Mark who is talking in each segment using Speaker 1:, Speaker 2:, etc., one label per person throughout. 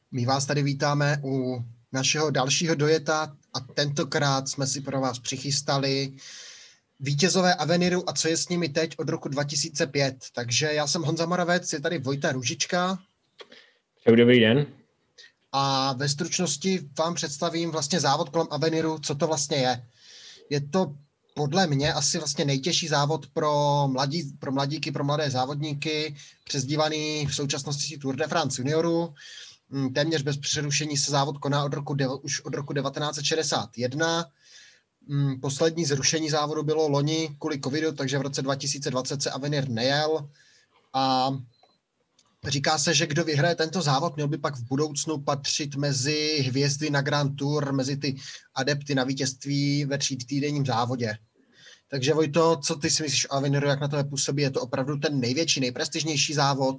Speaker 1: My vás tady vítáme u našeho dalšího dojeta a tentokrát jsme si pro vás přichystali vítězové Aveniru a co je s nimi teď od roku 2005. Takže já jsem Honza Moravec, je tady Vojta Růžička.
Speaker 2: Dobrý den.
Speaker 1: A ve stručnosti vám představím vlastně závod kolem Aveniru, co to vlastně je. Je to podle mě asi vlastně nejtěžší závod pro mladíky, pro mladé závodníky, přezdívaný v současnosti Tour de France juniorů. Téměř bez přerušení se závod koná už od roku 1961. Poslední zrušení závodu bylo loni kvůli covidu, takže v roce 2020 se Avenir nejel. A říká se, že kdo vyhraje tento závod, měl by pak v budoucnu patřit mezi hvězdy na Grand Tour, mezi ty adepty na vítězství ve 3týdenním závodě. Takže Vojto, co ty si myslíš o Aveniru, jak na to působí? Je to opravdu ten největší, nejprestižnější závod?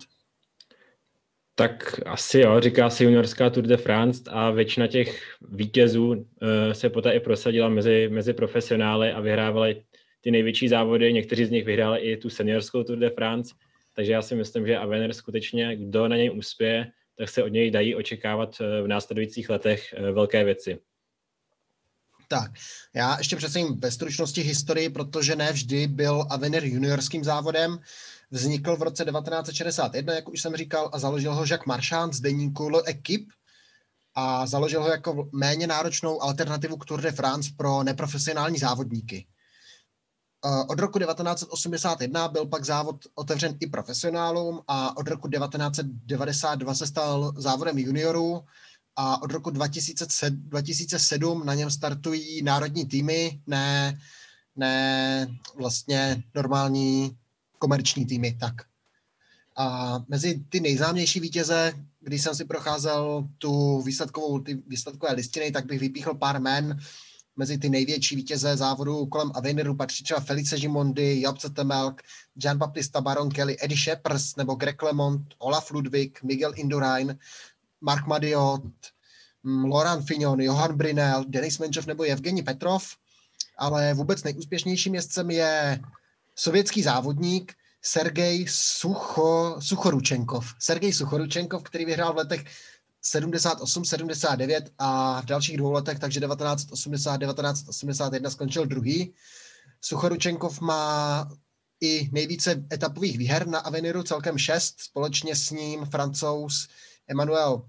Speaker 2: Tak asi jo, říká se juniorská Tour de France a většina těch vítězů se poté i prosadila mezi profesionály a vyhrávali ty největší závody. Někteří z nich vyhráli i tu seniorskou Tour de France, takže já si myslím, že Avenir skutečně, kdo na něj uspěje, tak se od něj dají očekávat v následujících letech velké věci.
Speaker 1: Tak, já ještě představím ve stručnosti historii, protože ne vždy byl Avenir juniorským závodem. Vznikl v roce 1961, jak už jsem říkal, a založil ho Jacques Marchand z deníku L'Équipe a založil ho jako méně náročnou alternativu k Tour de France pro neprofesionální závodníky. Od roku 1981 byl pak závod otevřen i profesionálům a od roku 1992 se stal závodem juniorů a od roku 2007 na něm startují národní týmy, ne vlastně normální komerční týmy, tak. A mezi ty nejznámější vítěze, když jsem si procházel ty výsledkové listiny, tak bych vypíchl pár jmen. Mezi ty největší vítěze závodu kolem Aveniru patří třeba Felice Gimondi, Job Zetemelk, Jean-Baptiste Baron Kelly, Eddie Shepers nebo Greg LeMond, Olaf Ludwig, Miguel Indurain, Marc Madiot, Laurent Fignon, Johan Brinel, Denis Menchov nebo Evgeni Petrov, ale vůbec nejúspěšnějším jezdcem je sovětský závodník Sergej Suchoručenkov. Sergej Suchoručenkov, který vyhrál v letech 78, 79 a v dalších 2 letech, takže 1980, 1981 skončil druhý. Suchoručenkov má i nejvíce etapových výher na Aveniru, celkem 6. Společně s ním Francouz Emmanuel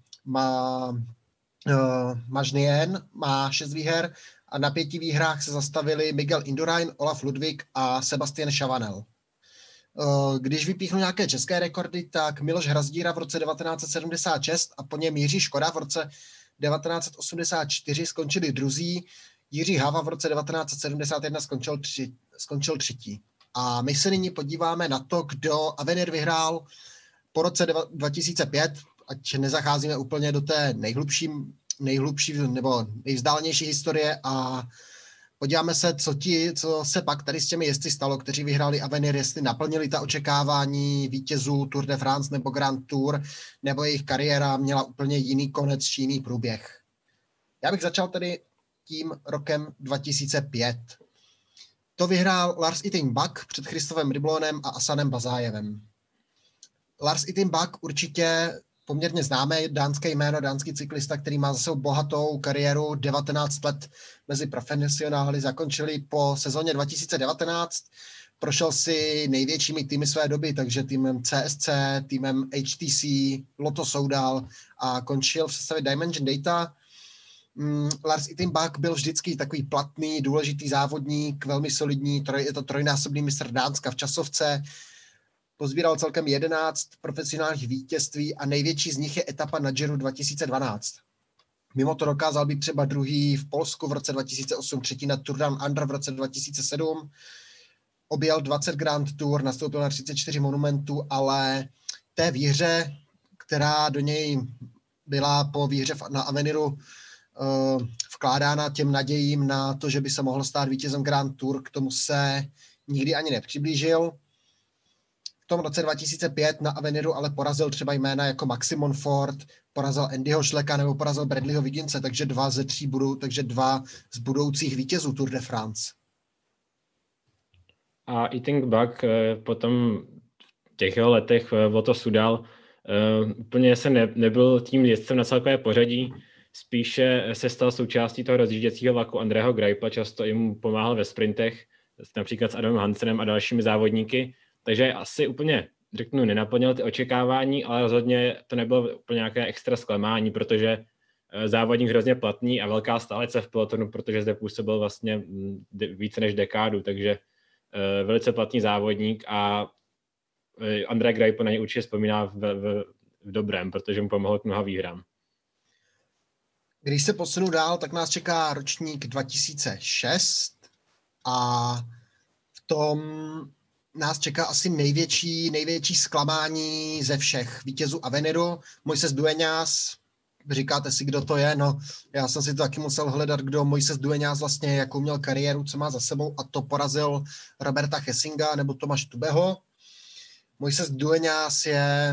Speaker 1: Mažnien má 6 výher a na 5 výhrách se zastavili Miguel Indurain, Olaf Ludwig a Sebastian Chavanel. Když vypíchnu nějaké české rekordy, tak Miloš Hrazdíra v roce 1976 a po něm Jiří Škoda v roce 1984 skončili druzí, Jiří Hava v roce 1971 skončil třetí. A my se nyní podíváme na to, kdo Avenir vyhrál po roce 2005, ať nezacházíme úplně do té nejhlubší nebo nejvzdálenější historie a podíváme se, co se pak tady s těmi jezdci stalo, kteří vyhráli Avenir, jestli naplnili ta očekávání vítězů Tour de France nebo Grand Tour, nebo jejich kariéra měla úplně jiný konec či jiný průběh. Já bych začal tedy tím rokem 2005. To vyhrál Lars Ittin-Bak před Christofem Riblonem a Asanem Bazájevem. Lars Ittin-Bak určitě poměrně známé dánské jméno, dánský cyklista, který má za sebou bohatou kariéru, 19 let mezi profesionály, zakončili po sezóně 2019, prošel si největšími týmy své doby, takže týmem CSC, týmem HTC, Lotto Soudal a končil v sestavě Dimension Data. Lars Ittin-Bak byl vždycky takový platný, důležitý závodník, velmi solidní, je to trojnásobný mistr Dánska v časovce, pozbíral celkem 11 profesionálních vítězství a největší z nich je etapa na Giro 2012. Mimo to dokázal být třeba druhý v Polsku v roce 2008, třetí na Tour Down Under v roce 2007, objel 20 Grand Tour, nastoupil na 34 monumentů, ale té výhře, která do něj byla po výhře na Aveniru vkládána těm nadějím na to, že by se mohl stát vítězem Grand Tour, k tomu se nikdy ani nepřiblížil. V tom roce 2005 na Aveniru ale porazil třeba jména jako Maxim Monfort, porazil Andyho Schlecka nebo porazil Bradleyho Wigginse, takže 2 z budoucích vítězů Tour de France.
Speaker 2: A Ittin-Bak potom v těch letech v Lotto Soudal Úplně se nebyl tím jezdcem na celkové pořadí, spíše se stal součástí toho rozjížděcího vlaku Andreho Greipla, často jim pomáhal ve sprintech, například s Adamem Hansenem a dalšími závodníky, takže asi úplně, řeknu, nenaplnil ty očekávání, ale rozhodně to nebylo úplně nějaké extra zklamání, protože závodník hrozně platný a velká stálice v pelotonu, protože zde působil vlastně více než dekádu, takže velice platný závodník a Andrej Greipel na něj určitě vzpomíná v dobrém, protože mu pomohl k mnoha výhrám.
Speaker 1: Když se posunu dál, tak nás čeká ročník 2006 a v tom nás čeká asi největší zklamání ze všech vítězů Aveniru. Moises Dueñas, říkáte si, kdo to je? No, já jsem si to taky musel hledat, kdo Moises Dueñas vlastně, jakou měl kariéru, co má za sebou, a to porazil Roberta Hessinga nebo Tomáš Tubeho. Moises Dueñas je,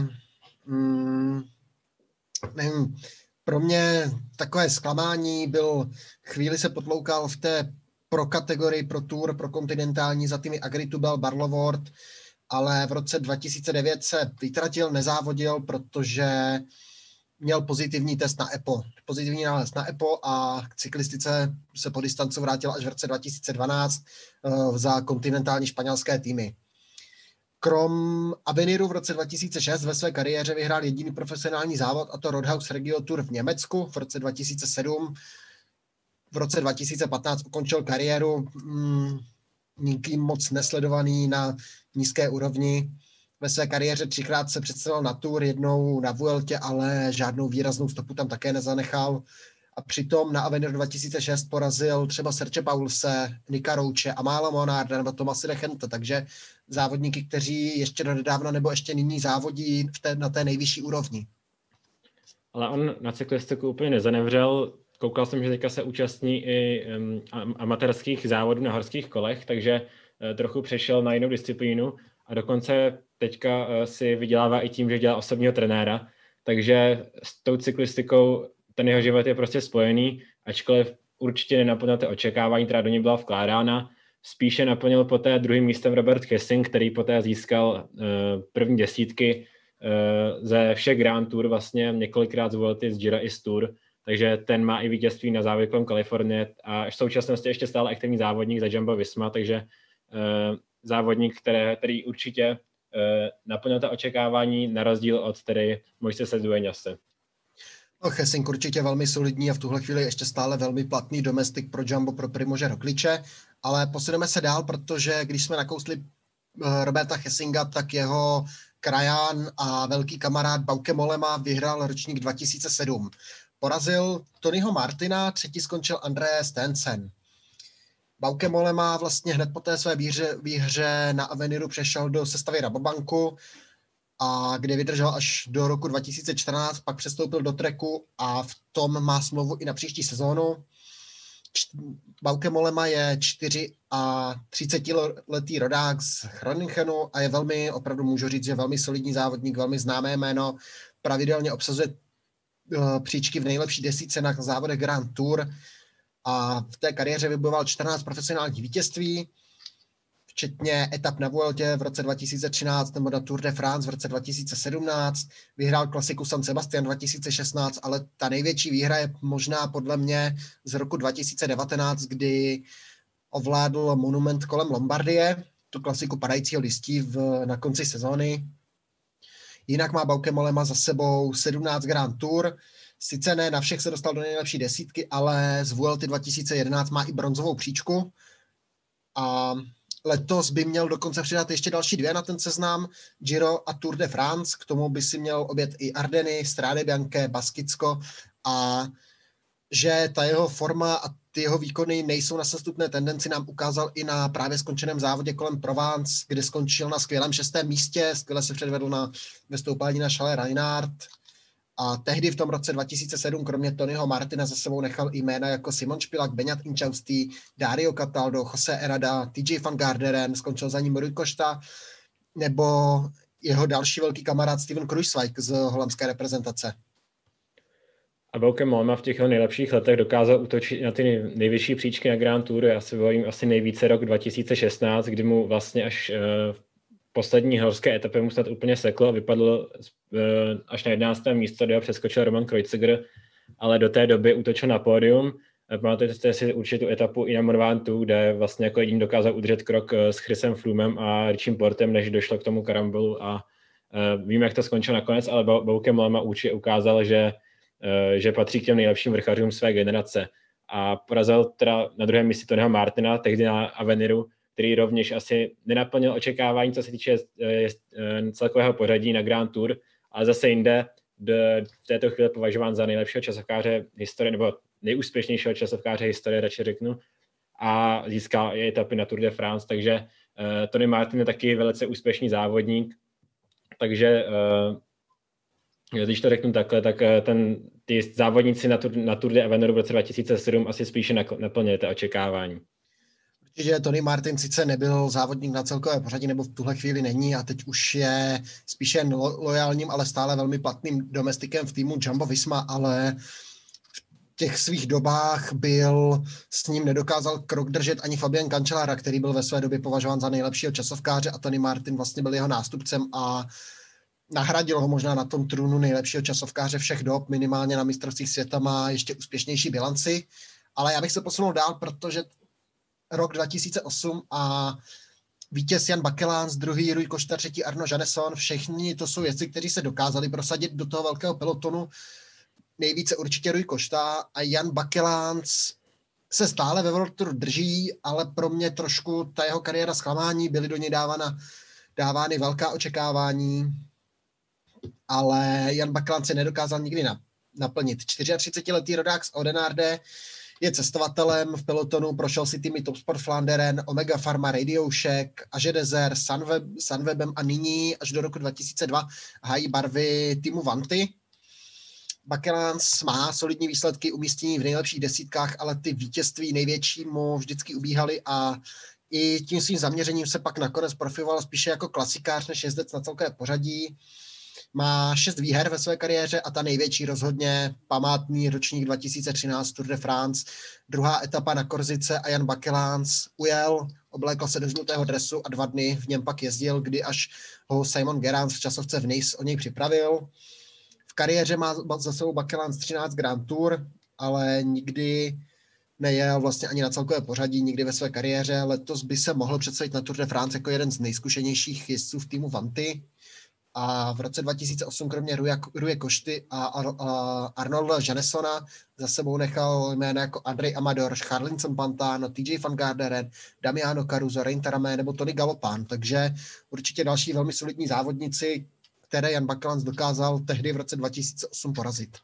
Speaker 1: nevím, pro mě takové zklamání, chvíli se potloukal v té pro kategorii, pro Tour, pro kontinentální za týmy Agritubel, Barloworld, ale v roce 2009 se vytratil, nezávodil, protože měl pozitivní test na EPO. Pozitivní nález na EPO a k cyklistice se po distancu vrátil až v roce 2012 za kontinentální španělské týmy. Krom Aveniru v roce 2006 ve své kariéře vyhrál jediný profesionální závod, a to Roadhouse Regio Tour v Německu v roce 2007. V roce 2015 ukončil kariéru nikým moc nesledovaný na nízké úrovni. Ve své kariéře 3krát se představil na Tour, jednou na Vueltě, ale žádnou výraznou stopu tam také nezanechal. A přitom na Avenir 2006 porazil třeba Serge Paulse, Nika Rouche, Amala Monarda nebo Tomase de Gente, takže závodníky, kteří ještě donedávna nebo ještě nyní závodí na té nejvyšší úrovni.
Speaker 2: Ale on na cyklistiku úplně nezanevřel. Koukal jsem, že teďka se účastní i amatérských závodů na horských kolech, takže trochu přešel na jinou disciplínu a dokonce teďka si vydělává i tím, že dělá osobního trenéra, takže s tou cyklistikou ten jeho život je prostě spojený, ačkoliv určitě nenaplnil ty očekávání, která do něj byla vkládána. Spíše naplnil poté druhým místem Robert Hessing, který poté získal první desítky ze všech Grand Tour, vlastně několikrát z Vuelty, z Gira i z Tour, takže ten má i vítězství na závodě kolem Kalifornie a v současnosti ještě stále aktivní závodník za Jumbo Visma, takže závodník, který určitě naplnil ta očekávání na rozdíl od tedy Moisese Dueñase.
Speaker 1: No, Hessing určitě velmi solidní a v tuhle chvíli ještě stále velmi platný domestik pro Jumbo, pro Primože Rogliče, ale posuneme se dál, protože když jsme nakousli Roberta Hessinga, tak jeho krajan a velký kamarád Bauke Mollema vyhrál ročník 2007. Porazil Tonyho Martina, třetí skončil André Stensen. Bauke Mollema vlastně hned po té své výhře na Aveniru přešel do sestavy Rabobanku, a kde vydržel až do roku 2014, pak přestoupil do Treku a v tom má smlouvu i na příští sezónu. Bauke Mollema je 34letý rodák z Groninchenu a je velmi, opravdu můžu říct, že velmi solidní závodník, velmi známé jméno, pravidelně obsazuje příčky v nejlepší desítce na závodech Grand Tour a v té kariéře vybojoval 14 profesionálních vítězství, včetně etap na Vueltě v roce 2013 nebo na Tour de France v roce 2017. Vyhrál klasiku San Sebastian 2016, ale ta největší výhra je možná podle mě z roku 2019, kdy ovládl monument kolem Lombardie, tu klasiku padajícího listí na konci sezóny. Jinak má Bauke Mollema za sebou 17 Grand Tour. Sice ne na všech se dostal do nejlepší desítky, ale z Vuelty 2011 má i bronzovou příčku. A letos by měl dokonce přidat ještě další 2 na ten seznam, Giro a Tour de France. K tomu by si měl objet i Ardeny, Strade Bianche, Baskicko, a že ta jeho forma a ty jeho výkony nejsou na sestupné tendenci, nám ukázal i na právě skončeném závodě kolem Provence, kde skončil na skvělém 6. místě, skvěle se předvedl ve stoupání na Chalet Reinhardt. A tehdy v tom roce 2007, kromě Tonyho Martina, za sebou nechal i jména jako Simon Špilak, Beňat Inčaustý, Dario Cataldo, Jose Herrada, TJ van Garderen, skončil za ním Rui Costa, nebo jeho další velký kamarád Steven Kruijswijk z holandské reprezentace.
Speaker 2: A Bauke Mollema v těch nejlepších letech dokázal útočit na ty nejvyšší příčky na Grand Tour. Já si bavím asi nejvíce rok 2016, kdy mu vlastně až poslední horské etapy mu snad úplně seklo a vypadl až na 11. místo, kde ho přeskočil Roman Kreuziger, ale do té doby útočil na pódium. Pamatujete si určitou etapu i na Mont Ventoux, kde vlastně jako jediný dokázal udržet krok s Chrisem Froomem a Richiem Portem, než došlo k tomu karambolu a vím, jak to skončilo nakonec, ale Bauke Mollema určitě ukázal, že patří k těm nejlepším vrchařům své generace. A porazil teda na druhém místě Tonyho Martina, tehdy na Aveniru, který rovněž asi nenaplnil očekávání, co se týče celkového pořadí na Grand Tour, ale zase jinde v této chvíli považován za nejlepšího časovkáře historie, nebo nejúspěšnějšího časovkáře historie, radši řeknu, a získal i etapy na Tour de France, takže Tony Martin je taky velice úspěšný závodník, takže když to řeknu takhle, tak ty závodníci na Tour de Avenir v roce 2007 asi spíše naplnili to očekávání.
Speaker 1: Že Tony Martin sice nebyl závodník na celkové pořadí, nebo v tuhle chvíli není a teď už je spíše lojálním, ale stále velmi platným domestikem v týmu Jumbo Visma, ale v těch svých dobách s ním nedokázal krok držet ani Fabian Cancellara, který byl ve své době považován za nejlepšího časovkáře a Tony Martin vlastně byl jeho nástupcem a nahradil ho možná na tom trůnu nejlepšího časovkáře všech dob, minimálně na mistrovství světa má ještě úspěšnější bilanci, ale já bych se posunul dál, protože rok 2008 a vítěz Jan Bakelans, druhý Rui Costa, třetí Arno Janesson, všichni to jsou jezdci, kteří se dokázali prosadit do toho velkého pelotonu. Nejvíce určitě Rui Costa a Jan Bakelans se stále ve World Tour drží, ale pro mě trošku ta jeho kariéra zklamání, byly do něj dávány velká očekávání, ale Jan Bakelans se nedokázal nikdy naplnit. 34letý rodák z Oudenaarde je cestovatelem v pelotonu, prošel si týmy Topsport Flanderen, Omega Pharma, Radio Shack, AG Desert, Sunwebem a nyní až do roku 2002 hájí barvy týmu Vanty. Bakelans má solidní výsledky, umístění v nejlepších desítkách, ale ty vítězství největší mu vždycky ubíhaly a i tím svým zaměřením se pak nakonec profiloval spíše jako klasikář než jezdec na celkové pořadí. Má 6 výher ve své kariéře a ta největší rozhodně památný ročník 2013 Tour de France, druhá etapa na Korzice a Jan Bakelans ujel, oblékl se do žlutého dresu a 2 dny v něm pak jezdil, kdy až ho Simon Gerrans v časovce v Nice o něj připravil. V kariéře má za sebou Bakelans 13 Grand Tour, ale nikdy nejel vlastně ani na celkové pořadí, nikdy ve své kariéře. Letos by se mohl představit na Tour de France jako jeden z nejzkušenějších jezdců v týmu Vanty. A v roce 2008 kromě Ruje Košty a Arnolda Janessona za sebou nechal jména jako Andrej Amador, Charlinson Pantano, TJ van Garderen, Damiano Caruso, Rein Taramé nebo Tony Galopin. Takže určitě další velmi solidní závodníci, které Jan Bakelans dokázal tehdy v roce 2008 porazit.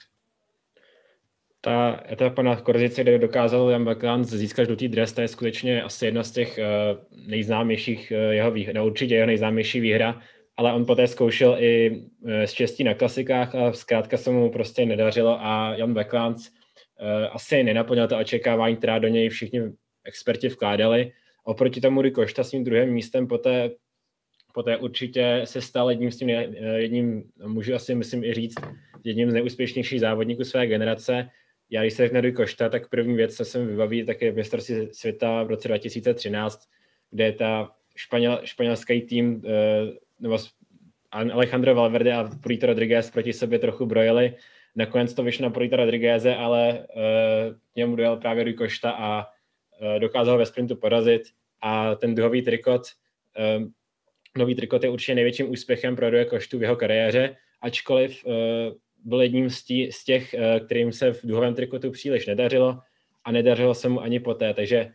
Speaker 2: Ta etapa na Korzici, kde dokázal Jan Bakelans získat žlutý dres, to je skutečně asi jedna z těch nejznámějších jeho výhra, určitě jeho nejznámější výhra, ale on poté zkoušel i štěstí na klasikách a zkrátka se mu prostě nedařilo a Jan Bakelans asi nenaplnil to očekávání, která do něj všichni experti vkládali. Oproti tomu Rui Costa s tím druhým místem poté určitě se stal jedním, můžu asi myslím i říct, jedním z nejúspěšnějších závodníků své generace. Já když se řekne Rui Costa, tak první věc, co se mi vybaví, tak je mistrovství světa v roce 2013, kde ta španělský tým nebo Alejandro Valverde a Purito Rodriguez proti sobě trochu brojili. Nakonec to vyšlo na Purito Rodrigueze, ale němu dojel právě Rui Costa a dokázal ve sprintu porazit. A ten duhový trikot, nový trikot je určitě největším úspěchem pro Rui Costu v jeho kariéře, ačkoliv byl jedním z těch, kterým se v duhovém trikotu příliš nedařilo a nedařilo se mu ani poté, takže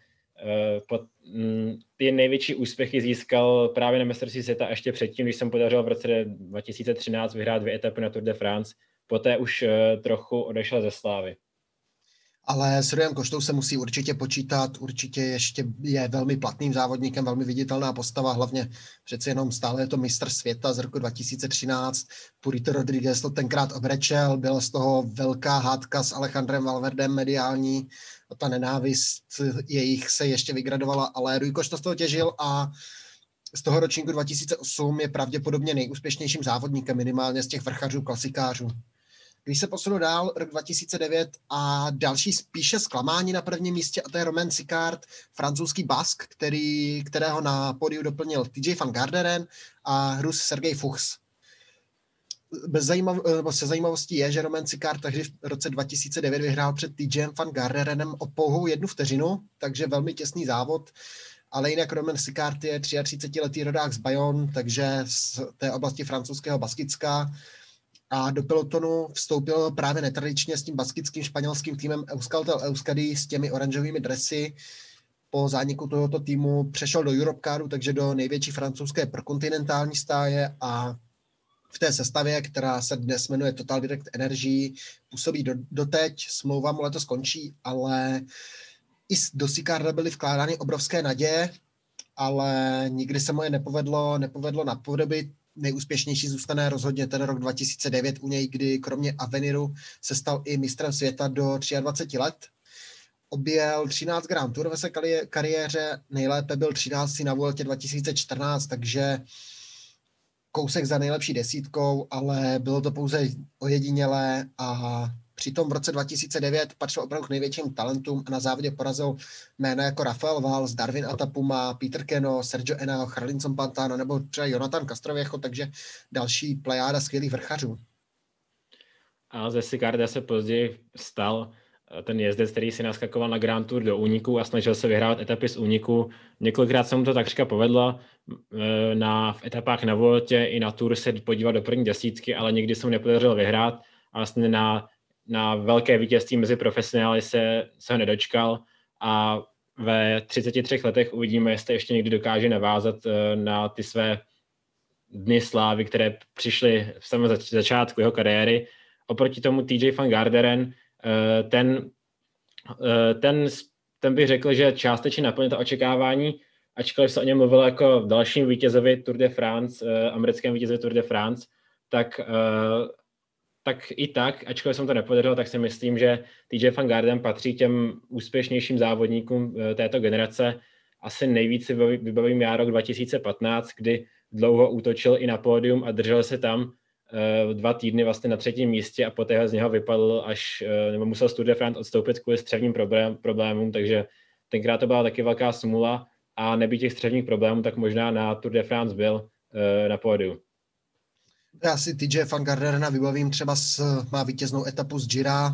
Speaker 2: ty největší úspěchy získal právě na mistrovství světa a ještě předtím, když jsem podařil v roce 2013 vyhrát 2 etapy na Tour de France, poté už trochu odešel ze slávy.
Speaker 1: Ale s Rujem Koštou se musí určitě počítat, určitě ještě je velmi platným závodníkem, velmi viditelná postava, hlavně přeci jenom stále je to mistr světa z roku 2013. Purito Rodriguez to tenkrát obrečel, byla z toho velká hádka s Alejandrem Valverdem mediální, a ta nenávist jejich se ještě vygradovala, ale Rui Costa z toho těžil a z toho ročníku 2008 je pravděpodobně nejúspěšnějším závodníkem, minimálně z těch vrchařů, klasikářů. Když se posunu dál, rok 2009 a další spíše zklamání na prvním místě, a to je Romain Sicard, francouzský Bask, kterého na pódiu doplnil TJ van Garderen a Rus Sergej Fuchs. Se zajímavostí je, že Romain Sicard tehdy v roce 2009 vyhrál před TJem van Garderenem o pouhou 1 vteřinu, takže velmi těsný závod, ale jinak Romain Sicard je 33-letý rodák z Bayonne, takže z té oblasti francouzského Baskicka, a do pelotonu vstoupil právě netradičně s tím baskickým španělským týmem Euskaltel Euskadi s těmi oranžovými dresy. Po zániku tohoto týmu přešel do Europcaru, takže do největší francouzské prokontinentální stáje, a v té sestavě, která se dnes jmenuje Total Direct Energy, působí doteď. Smlouva mu letos končí, ale i do Sicarda byly vkládány obrovské naděje, ale nikdy se mu je nepovedlo napodobit. Nejúspěšnější zůstane rozhodně ten rok 2009 u něj, kdy kromě Aveniru se stal i mistrem světa do 23 let. Objel 13 Grand Tour ve své kariéře, nejlépe byl 13. na Vueltě 2014, takže kousek za nejlepší desítkou, ale bylo to pouze ojedinělé, a přitom v roce 2009 patřil opravdu k největším talentům a na závodě porazil jména jako Rafael Valls, Darwin Atapuma, Peter Keno, Sergio Henao, Charlinson Pantano nebo třeba Jonathan Castroviejo, takže další plejáda skvělých vrchařů.
Speaker 2: A ze Sicarda se později stal ten jezdec, který si naskakoval na Grand Tour do úniku a snažil se vyhrát etapy z úniku. Několikrát se mu to takřka povedlo. V etapách na Vueltě i na Tour se podíval do první desítky, ale nikdy se mu nepodařilo vyhrát. A vlastně na velké vítězství mezi profesionály se ho nedočkal, a ve 33 letech uvidíme, jestli ještě někdy dokáže navázat na ty své dny slávy, které přišly v samém začátku jeho kariéry. Oproti tomu TJ van Garderen, ten bych řekl, že částečně naplnil to očekávání, ačkoliv se o něm mluvilo jako dalším vítězovi Tour de France, americkém vítězovi Tour de France, tak i tak, ačkoliv jsem to nepodařilo, tak si myslím, že TJ van Garderen patří těm úspěšnějším závodníkům této generace. Asi nejvíc vybavím já rok 2015, kdy dlouho útočil i na pódium a držel se tam 2 týdny vlastně na 3. místě, a poté z něho vypadl nebo musel z Tour de France odstoupit kvůli střevním problémům, takže tenkrát to byla taky velká smůla, a nebýt těch střevních problémů, tak možná na Tour de France byl na pódiu.
Speaker 1: Já si TJ van Garderena vybavím třeba má vítěznou etapu z Gira,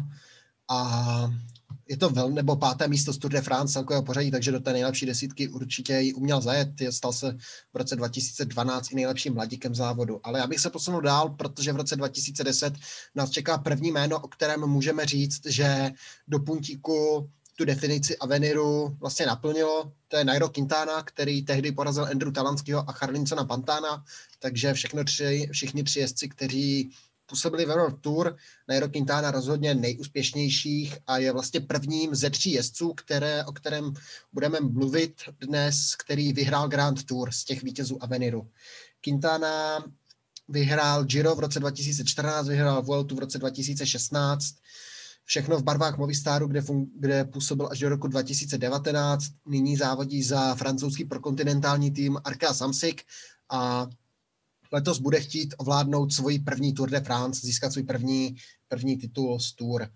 Speaker 1: a je to nebo 5. místo z Tour de France celkového pořadí, takže do té nejlepší desítky určitě ji uměl zajet. Stal se v roce 2012 i nejlepším mladíkem závodu. Ale já bych se posunul dál, protože v roce 2010 nás čeká první jméno, o kterém můžeme říct, že do puntíku tu definici Aveniru vlastně naplnilo. To je Nairo Quintana, který tehdy porazil Andrew Talanskyho a Charlinsona Pantana, takže všichni 3 jezdci, kteří působili ve World Tour. Nairo Quintana rozhodně nejúspěšnějších a je vlastně prvním ze 3 jezdců, o kterém budeme mluvit dnes, který vyhrál Grand Tour z těch vítězů Aveniru. Quintana vyhrál Giro v roce 2014, vyhrál Vueltu v roce 2016, všechno v barvách Movistaru, kde působil až do roku 2019. Nyní závodí za francouzský prokontinentální tým Arkea Samsic a letos bude chtít ovládnout svoji první Tour de France, získat svůj první titul z Tour.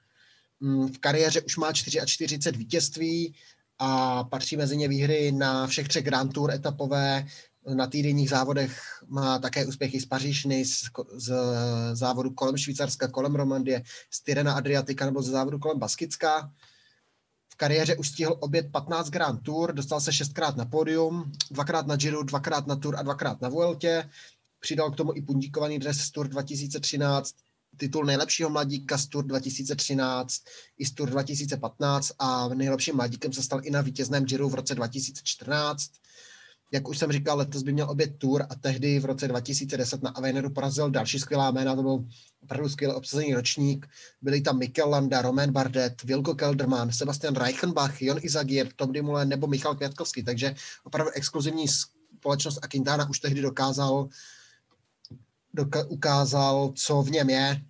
Speaker 1: V kariéře už má 44 vítězství a patří mezi ně výhry na všech 3 Grand Tour etapové. Na týdenních závodech má také úspěchy z Paříž-Nice, z závodu kolem Švýcarska, kolem Romandie, z Tirrena Adriatica nebo ze závodu kolem Baskicka. V kariéře už stihl objet 15 Grand Tour, dostal se 6krát na pódium, 2krát na Giro, 2krát na Tour a 2krát na Vueltě. Přidal k tomu i pundíkovaný dres z Tour 2013, titul nejlepšího mladíka z Tour 2013 i z Tour 2015 a nejlepším mladíkem se stal i na vítězném Giro v roce 2014. Jak už jsem říkal, letos by měl objet Tour a tehdy v roce 2010 na Aveniru porazil další skvělá jména, to byl opravdu skvěle obsazený ročník. Byli tam Mikel Landa, Romain Bardet, Wilco Kelderman, Sebastian Reichenbach, Jon Izagirre, Tom Dumoulin nebo Michal Kwiatkowski, takže opravdu exkluzivní společnost a Quintana už tehdy ukázal, co v něm je.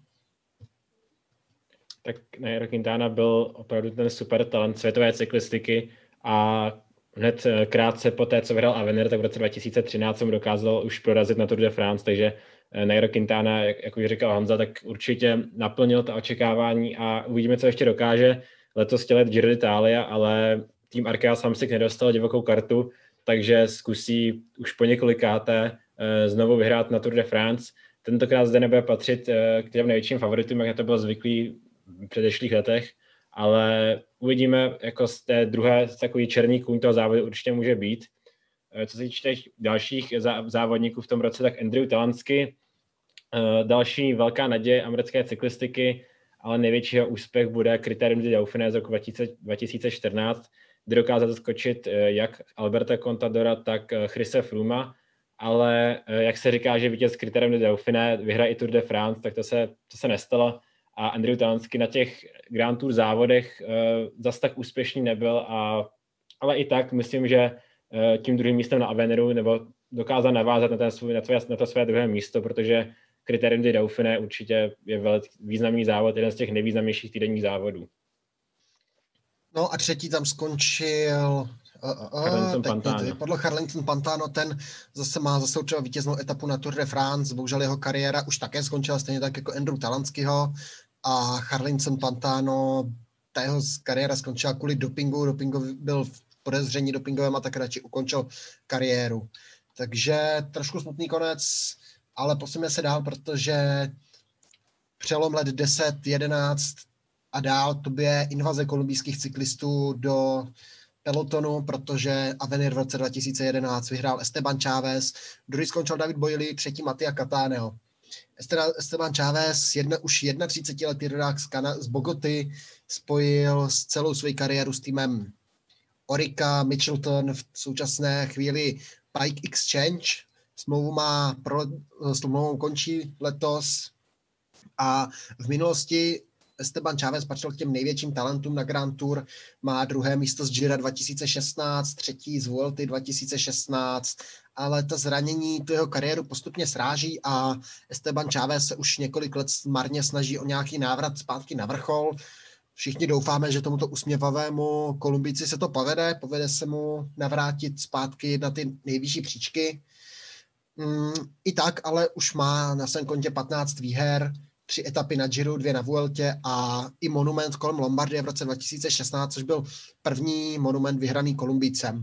Speaker 2: Tak Nairo Quintana byl opravdu ten super talent světové cyklistiky a hned krátce po té, co vyhrál Avenir, tak v roce 2013 jsem dokázal už prorazit na Tour de France, takže Nairo Quintana, jak už říkal Honza, tak určitě naplnil ta očekávání a uvidíme, co ještě dokáže letos tělet Giro d'Italia, ale tým Arkea Samsic nedostal divokou kartu, takže zkusí už po několikáté znovu vyhrát na Tour de France. Tentokrát zde nebude patřit k těm největším favoritům, jak to bylo zvyklý v předešlých letech, ale uvidíme, jako z té druhé takový černý kůň toho závodu určitě může být. Co se týče dalších závodníků v tom roce, tak Andrew Talansky, další velká naděje americké cyklistiky, ale největší úspěch bude Critérium du Dauphiné z roku 2014, kdy dokázal zaskočit jak Alberta Contadora, tak Chrise Frooma, ale jak se říká, že vítěz Critérium du Dauphiné vyhraje i Tour de France, tak to se nestalo a Andrew Talansky na těch Grand Tour závodech zas tak úspěšný nebyl, ale i tak myslím, že tím druhým místem na Avenuru nebo dokázal navázat na to své druhé místo, protože Critérium du Dauphiné určitě je velmi významný závod, jeden z těch nejvýznamnějších týdenních závodů.
Speaker 1: No a třetí tam skončil Harlington Pantano, ten zase má za určitou vítěznou etapu na Tour de France, bohužel jeho kariéra už také skončila, stejně tak jako Andrew Talanskyho a Harlington Pantano, ta jeho kariéra skončila kvůli dopingu byl v podezření dopingovém a tak radši ukončil kariéru. Takže trošku smutný konec, ale posuneme se dál, protože přelom let 10, 11 a dál to bude invaze kolumbijských cyklistů do pelotonu, protože Avenir v roce 2011 vyhrál Esteban Chávez, druhý skončil David Boily, třetí Mattia Cattaneo. Esteban Chávez, už 31letý rodák z Bogoty, spojil s celou svou kariéru s týmem Orica, Mitchelton, v současné chvíli Pike Exchange. Smlouvou končí letos a v minulosti Esteban Chávez patřil k těm největším talentům na Grand Tour, má druhé místo z Gira 2016, třetí z Vuelty 2016, ale to zranění tu jeho kariéru postupně sráží a Esteban Chávez se už několik let marně snaží o nějaký návrat zpátky na vrchol. Všichni doufáme, že tomuto usměvavému Kolumbijci se to povede se mu navrátit zpátky na ty nejvyšší příčky. I tak, ale už má na svém kontě 15 výher, 3 etapy na Giro, 2 na Vueltě a i monument kolem Lombardie v roce 2016, což byl první monument vyhraný Kolumbijcem.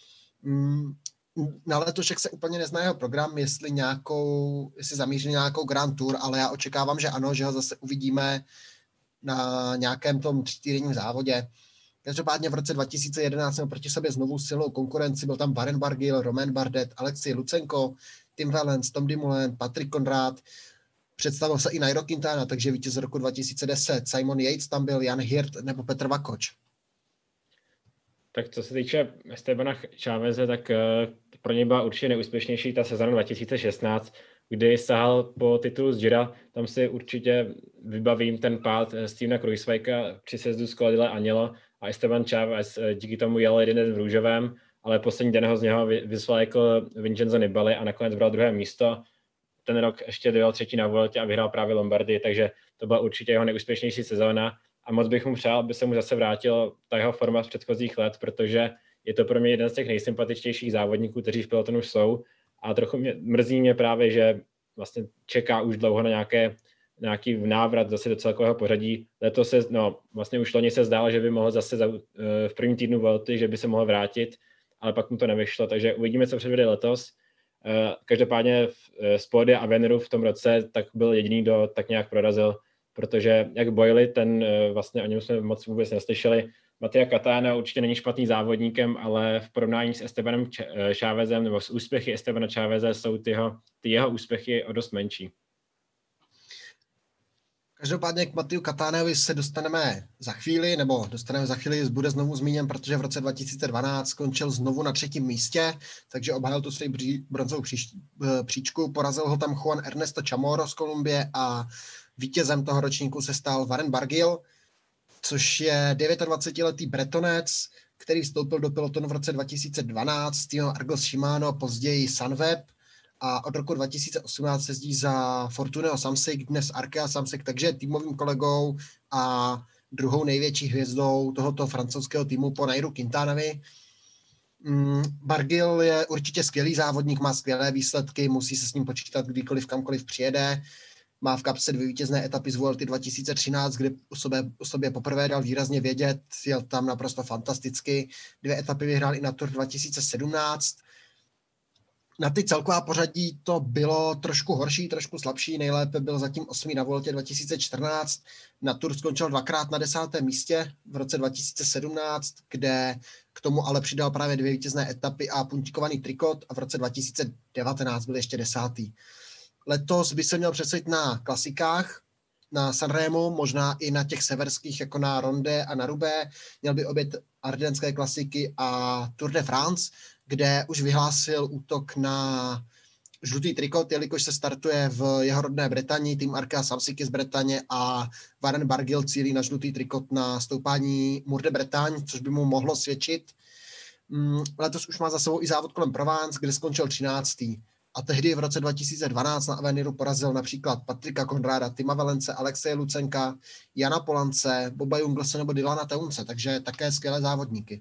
Speaker 1: Na letošek se úplně nezná jeho program, jestli zamíří nějakou Grand Tour, ale já očekávám, že ano, že ho zase uvidíme na nějakém tom 3týdenním závodě. Každopádně v roce 2011 měl proti sobě znovu silnou konkurenci, byl tam Warren Barguil, Romain Bardet, Alexej Lucenko, Tim Wellens, Tom Dumoulin, Patrick Conrad, představil se i Nairo Quintana, takže vítěz roku 2010, Simon Yates tam byl, Jan Hirt nebo Petr Vakoč.
Speaker 2: Tak co se týče Estebana Cháveze, tak pro něj byla určitě neúspěšnější ta sezóna 2016, kdy sahal po titulu z Gira. Tam si určitě vybavím ten pád Stevena Kruijswijka při sjezdu z Coladile Agnello a Esteban Chávez díky tomu jel jeden v růžovém, ale poslední den ho z něho vysvlékl Vincenzo Nibali a nakonec bral druhé místo. Ten rok ještě dojel třetí na Vueltě a vyhrál právě Lombardii, takže to byla určitě jeho neúspěšnější sezóna a moc bych mu přál, aby se mu zase vrátil ta jeho forma z předchozích let, protože je to pro mě jeden z těch nejsympatičtějších závodníků, kteří v pelotonu jsou a trochu mrzí mě právě, že vlastně čeká už dlouho na nějaký návrat zase do celkového pořadí. Letos vlastně už loni se zdálo, že by mohl zase v prvním týdnu Vuelty, že by se mohl vrátit, ale pak mu to nevyšlo, takže uvidíme, co předvede letos. Každopádně z pódia Aveniru v tom roce tak byl jediný, kdo tak nějak prorazil, protože jak Boily, ten vlastně o něm jsme moc vůbec neslyšeli. Mattia Cattaneo určitě není špatný závodníkem, ale v porovnání s Estebanem Chávezem nebo s úspěchy Estebana Cháveze jsou ty jeho úspěchy o dost menší.
Speaker 1: Každopádně k Mattiu Cattaneovi se dostaneme za chvíli, bude znovu zmíněn, protože v roce 2012 skončil znovu na 3. místě, takže obhájil tu svou bronzovou příčku, porazil ho tam Juan Ernesto Chamorro z Kolumbie a vítězem toho ročníku se stal Warren Barguil, což je 29letý Bretonec, který vstoupil do pelotonu v roce 2012 s týmem Argos Shimano, později Sunweb, a od roku 2018 jezdí za Fortuneo Samsic, dnes Arkea Samsic, takže týmovým kolegou a druhou největší hvězdou tohoto francouzského týmu po Nairu Quintanovi. Bargiel je určitě skvělý závodník, má skvělé výsledky, musí se s ním počítat kdykoliv, kamkoliv přijede. Má v kapse 2 vítězné etapy z Vuelty 2013, kde o sobě poprvé dal výrazně vědět, jel tam naprosto fantasticky. 2 etapy vyhrál i na Tour 2017. Na ty celková pořadí to bylo trošku horší, trošku slabší. Nejlépe byl zatím 8. na Vueltě 2014. Na Tour skončil 2krát na 10. místě v roce 2017, kde k tomu ale přidal právě 2 vítězné etapy a puntíkovaný trikot a v roce 2019 byl ještě 10. Letos by se měl představit na klasikách, na Sanremu, možná i na těch severských, jako na Ronde a na Roubaix. Měl by obět ardenské klasiky a Tour de France, kde už vyhlásil útok na žlutý trikot, jelikož se startuje v jeho rodné Bretani, tým Arkea Samsiky z Bretaně a Warren Barguil cílí na žlutý trikot na stoupání Mur de Bretagne, což by mu mohlo svědčit. Letos už má za sebou i závod kolem Provence, kde skončil 13. A tehdy v roce 2012 na Aveniru porazil například Patrika Konráda, Tima Valence, Alexeje Lucenka, Jana Polance, Boba Junglese nebo Dylana Teunce, takže také skvělé závodníky.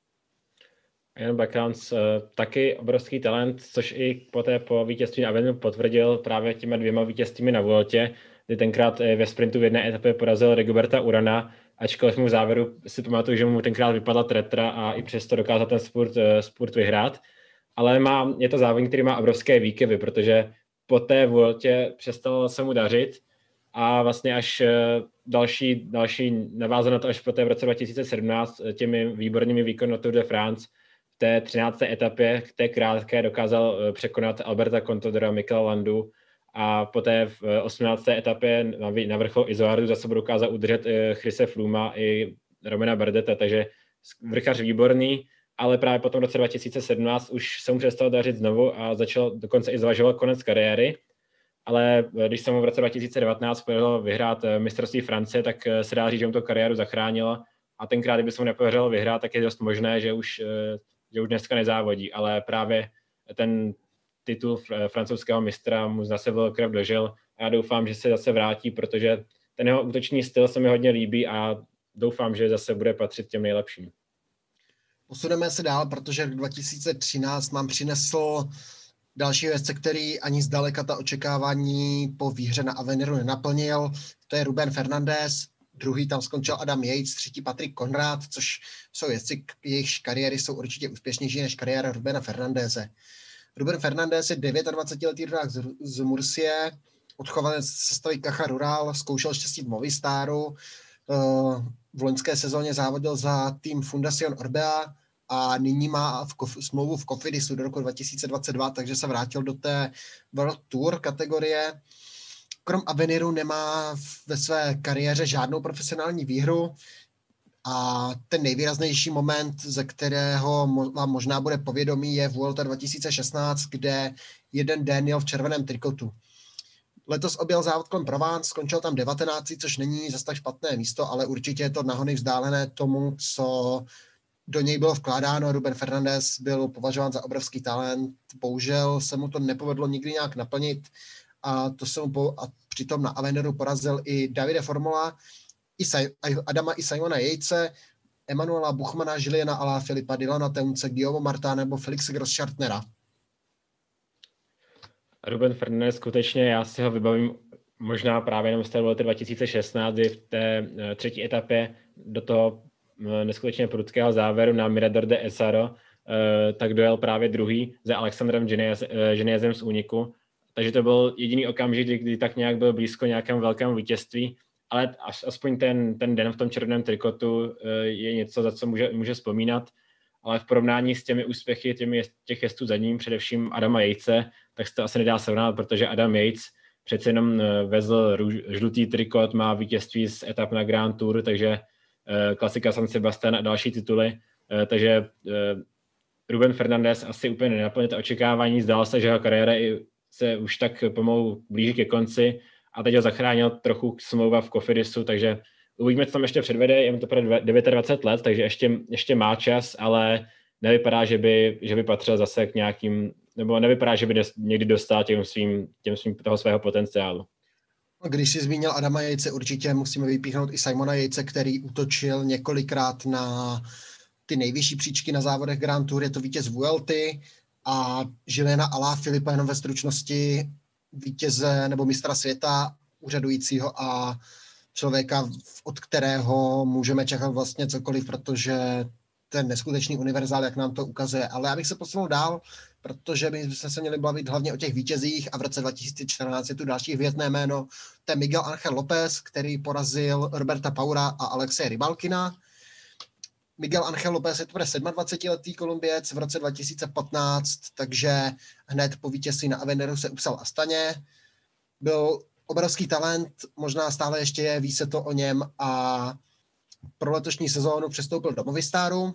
Speaker 2: Jan Bakans, taky obrovský talent, což i poté po vítězství na Aveniru potvrdil právě těma 2 vítězstvími na Vueltě, kdy tenkrát ve sprintu v jedné etapě porazil Rigoberta Urana, ačkoliv mu v závěru si pamatuju, že mu tenkrát vypadla tretra a i přesto dokázal ten spurt vyhrát. Ale je to závodník, který má obrovské výkyvy, protože po té Vueltě přestalo se mu dařit a vlastně až další navázal na to až poté v roce 2017 těmi výbornými výkony na Tour de France. V té 13. etapě, v té krátké, dokázal překonat Alberta Contadora, Michela Landu a poté v 18. etapě na vrchol Izoardu za sebou dokázal udržet Chrise Frooma i Romana Bardeta, takže vrchař výborný, ale právě potom v roce 2017 už se mu přestalo dařit znovu a začal dokonce i zvažovat konec kariéry. Ale když se mu v roce 2019 podařilo vyhrát mistrovství Francie, tak se dá říct, že mu to kariéru zachránilo. A tenkrát, kdyby se mu nepodařilo vyhrát, tak je dost možné, že už dneska nezávodí. Ale právě ten titul francouzského mistra mu zase byl krev dožil. A já doufám, že se zase vrátí, protože ten jeho útoční styl se mi hodně líbí a doufám, že zase bude patřit těm nejlepším.
Speaker 1: Posuneme se dál, protože rok 2013 nám přinesl další věc, který ani zdaleka ta očekávání po výhře na Aveniru nenaplnil. To je Ruben Fernandez, druhý tam skončil Adam Yates, třetí Patrick Konrad, což jsou věci, jejichž kariéry jsou určitě úspěšnější než kariéra Rubena Fernandeze. Ruben Fernandez je 29letý rodák z Murcie, odchovanec sestavy Caja Rural, zkoušel štěstí v Movistaru, v loňské sezóně závodil za tým Fundación Orbea a nyní má smlouvu v Cofidisu do roku 2022, takže se vrátil do té World Tour kategorie. Krom Aveniru nemá ve své kariéře žádnou profesionální výhru a ten nejvýraznější moment, ze kterého vám možná bude povědomí, je Vuelta 2016, kde jeden den jel v červeném trikotu. Letos objel závod kolem Provence, skončil tam 19, což není zase tak špatné místo, ale určitě je to nahony vzdálené tomu, co do něj bylo vkládáno. Ruben Fernandez byl považován za obrovský talent, bohužel se mu to nepovedlo nikdy nějak naplnit a přitom na Aveniru porazil i Davide Formola, Adama i Simona Yatese, Emanuela Buchmana, Juliana Alaphilippa, Dylana Teunce, Guillaume Martina nebo Felixe Grosschartnera.
Speaker 2: Ruben Fernandez skutečně, já si ho vybavím možná právě jenom z té Vuelty 2016, kdy v té třetí etapě do toho neskutečně prudkého závěru na Mirador de Ezaro, tak dojel právě druhý za Alexandrem Geniezem z úniku. Takže to byl jediný okamžik, kdy tak nějak byl blízko nějakému velkému vítězství, ale aspoň ten den v tom červeném trikotu je něco, za co může vzpomínat. Ale v porovnání s těmi úspěchy těch jezdců za ním, především Adama Yatese, tak se to asi nedá srovnat, protože Adam Yates přece jenom vezl žlutý trikot, má vítězství z etap na Grand Tour, takže klasika San Sebastian a další tituly. Takže Ruben Fernandez asi úplně nenaplnil to očekávání, zdálo se, že jeho kariéra se už tak pomalu blíží ke konci a teď ho zachránil trochu smlouva v Cofidisu, takže uvidíme, co tam ještě předvede, je mu to 29 let, takže ještě má čas, ale nevypadá, že by patřil zase k nějakým, nebo nevypadá, že by někdy dostal těm svým toho svého potenciálu.
Speaker 1: Když jsi zmínil Adama Yatese, určitě musíme vypíchnout i Simona Yatese, který útočil několikrát na ty nejvyšší příčky na závodech Grand Tour, je to vítěz Vuelty a Juliana Alaphilippa, jenom ve stručnosti vítěze nebo mistra světa úřadujícího a člověka, od kterého můžeme čekat vlastně cokoliv, protože ten neskutečný univerzál, jak nám to ukazuje. Ale já bych se posunul dál, protože my jsme se měli bavit hlavně o těch vítězích a v roce 2014 je tu další hvězdné jméno, to je Miguel Ángel López, který porazil Roberta Paura a Alexeje Rybalkina. Miguel Ángel López je to 27letý Kolumbiec v roce 2015, takže hned po vítězství na Avenuru se upsal Astaně. Byl obrovský talent, možná stále ještě je, ví se to o něm a pro letošní sezónu přestoupil do Movistaru.